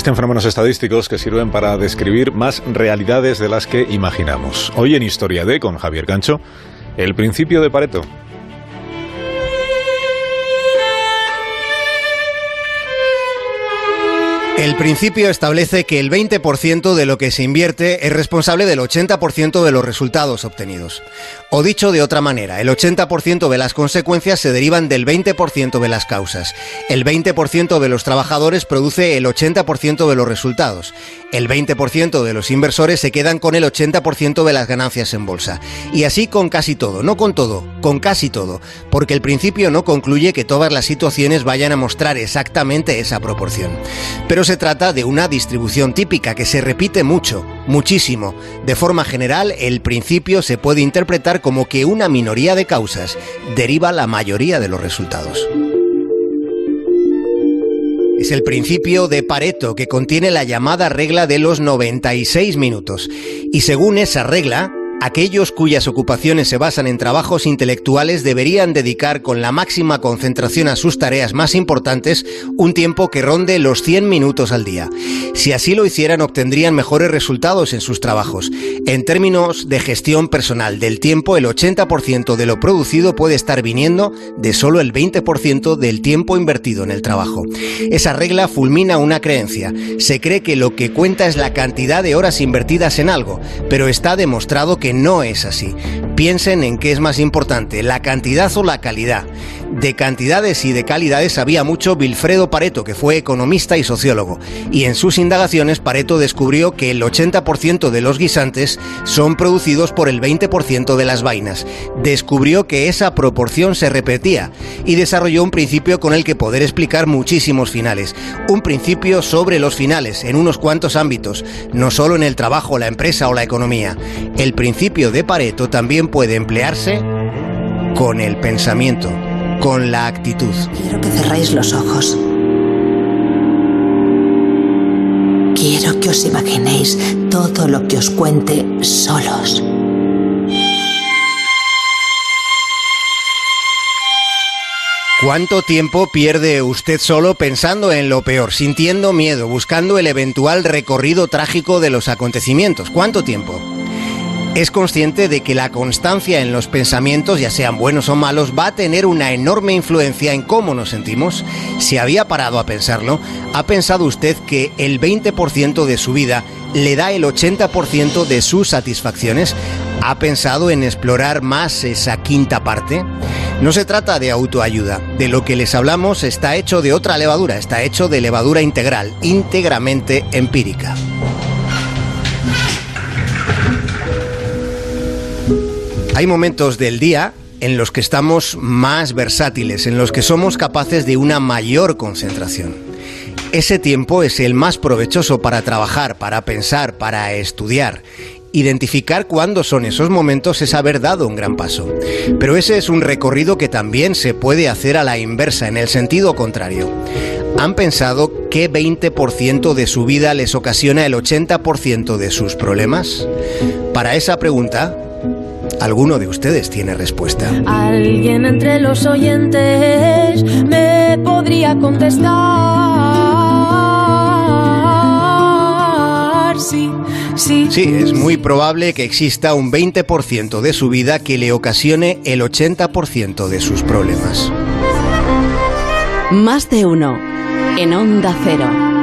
Existen fenómenos estadísticos que sirven para describir más realidades de las que imaginamos. Hoy en Historia de, con Javier Gancho, el principio de Pareto. El principio establece que el 20% de lo que se invierte es responsable del 80% de los resultados obtenidos. O dicho de otra manera, el 80% de las consecuencias se derivan del 20% de las causas. El 20% de los trabajadores produce el 80% de los resultados. El 20% de los inversores se quedan con el 80% de las ganancias en bolsa. Y así con casi todo, no con todo, con casi todo, porque el principio no concluye que todas las situaciones vayan a mostrar exactamente esa proporción. Pero se trata de una distribución típica que se repite mucho, muchísimo. De forma general, el principio se puede interpretar como que una minoría de causas deriva la mayoría de los resultados. Es el principio de Pareto, que contiene la llamada regla de los 96 minutos. Y según esa regla, aquellos cuyas ocupaciones se basan en trabajos intelectuales deberían dedicar con la máxima concentración a sus tareas más importantes un tiempo que ronde los 100 minutos al día. Si así lo hicieran, obtendrían mejores resultados en sus trabajos. En términos de gestión personal del tiempo, el 80% de lo producido puede estar viniendo de solo el 20% del tiempo invertido en el trabajo. Esa regla fulmina una creencia. Se cree que lo que cuenta es la cantidad de horas invertidas en algo, pero está demostrado que no es así. Piensen en qué es más importante, la cantidad o la calidad. De cantidades y de calidades sabía mucho Vilfredo Pareto, que fue economista y sociólogo, y en sus indagaciones Pareto descubrió que el 80% de los guisantes son producidos por el 20% de las vainas. Descubrió que esa proporción se repetía y desarrolló un principio con el que poder explicar muchísimos finales. Un principio sobre los finales en unos cuantos ámbitos, no solo en el trabajo, la empresa o la economía. El principio de Pareto también puede emplearse con el pensamiento, con la actitud. Quiero que cerráis los ojos. Quiero que os imaginéis todo lo que os cuente solos. ¿Cuánto tiempo pierde usted solo pensando en lo peor, sintiendo miedo, buscando el eventual recorrido trágico de los acontecimientos? ¿Cuánto tiempo? Es consciente de que la constancia en los pensamientos, ya sean buenos o malos, va a tener una enorme influencia en cómo nos sentimos. Si había parado a pensarlo, ¿ha pensado usted que el 20% de su vida le da el 80% de sus satisfacciones? ¿Ha pensado en explorar más esa quinta parte? No se trata de autoayuda. De lo que les hablamos está hecho de otra levadura, está hecho de levadura integral, íntegramente empírica. Hay momentos del día en los que estamos más versátiles, en los que somos capaces de una mayor concentración. Ese tiempo es el más provechoso para trabajar, para pensar, para estudiar. Identificar cuándo son esos momentos es haber dado un gran paso. Pero ese es un recorrido que también se puede hacer a la inversa, en el sentido contrario. ¿Han pensado qué 20% de su vida les ocasiona el 80% de sus problemas? Para esa pregunta, ¿alguno de ustedes tiene respuesta? Alguien entre los oyentes me podría contestar. Sí. Sí, es muy probable que exista un 20% de su vida que le ocasione el 80% de sus problemas. Más de uno en Onda Cero.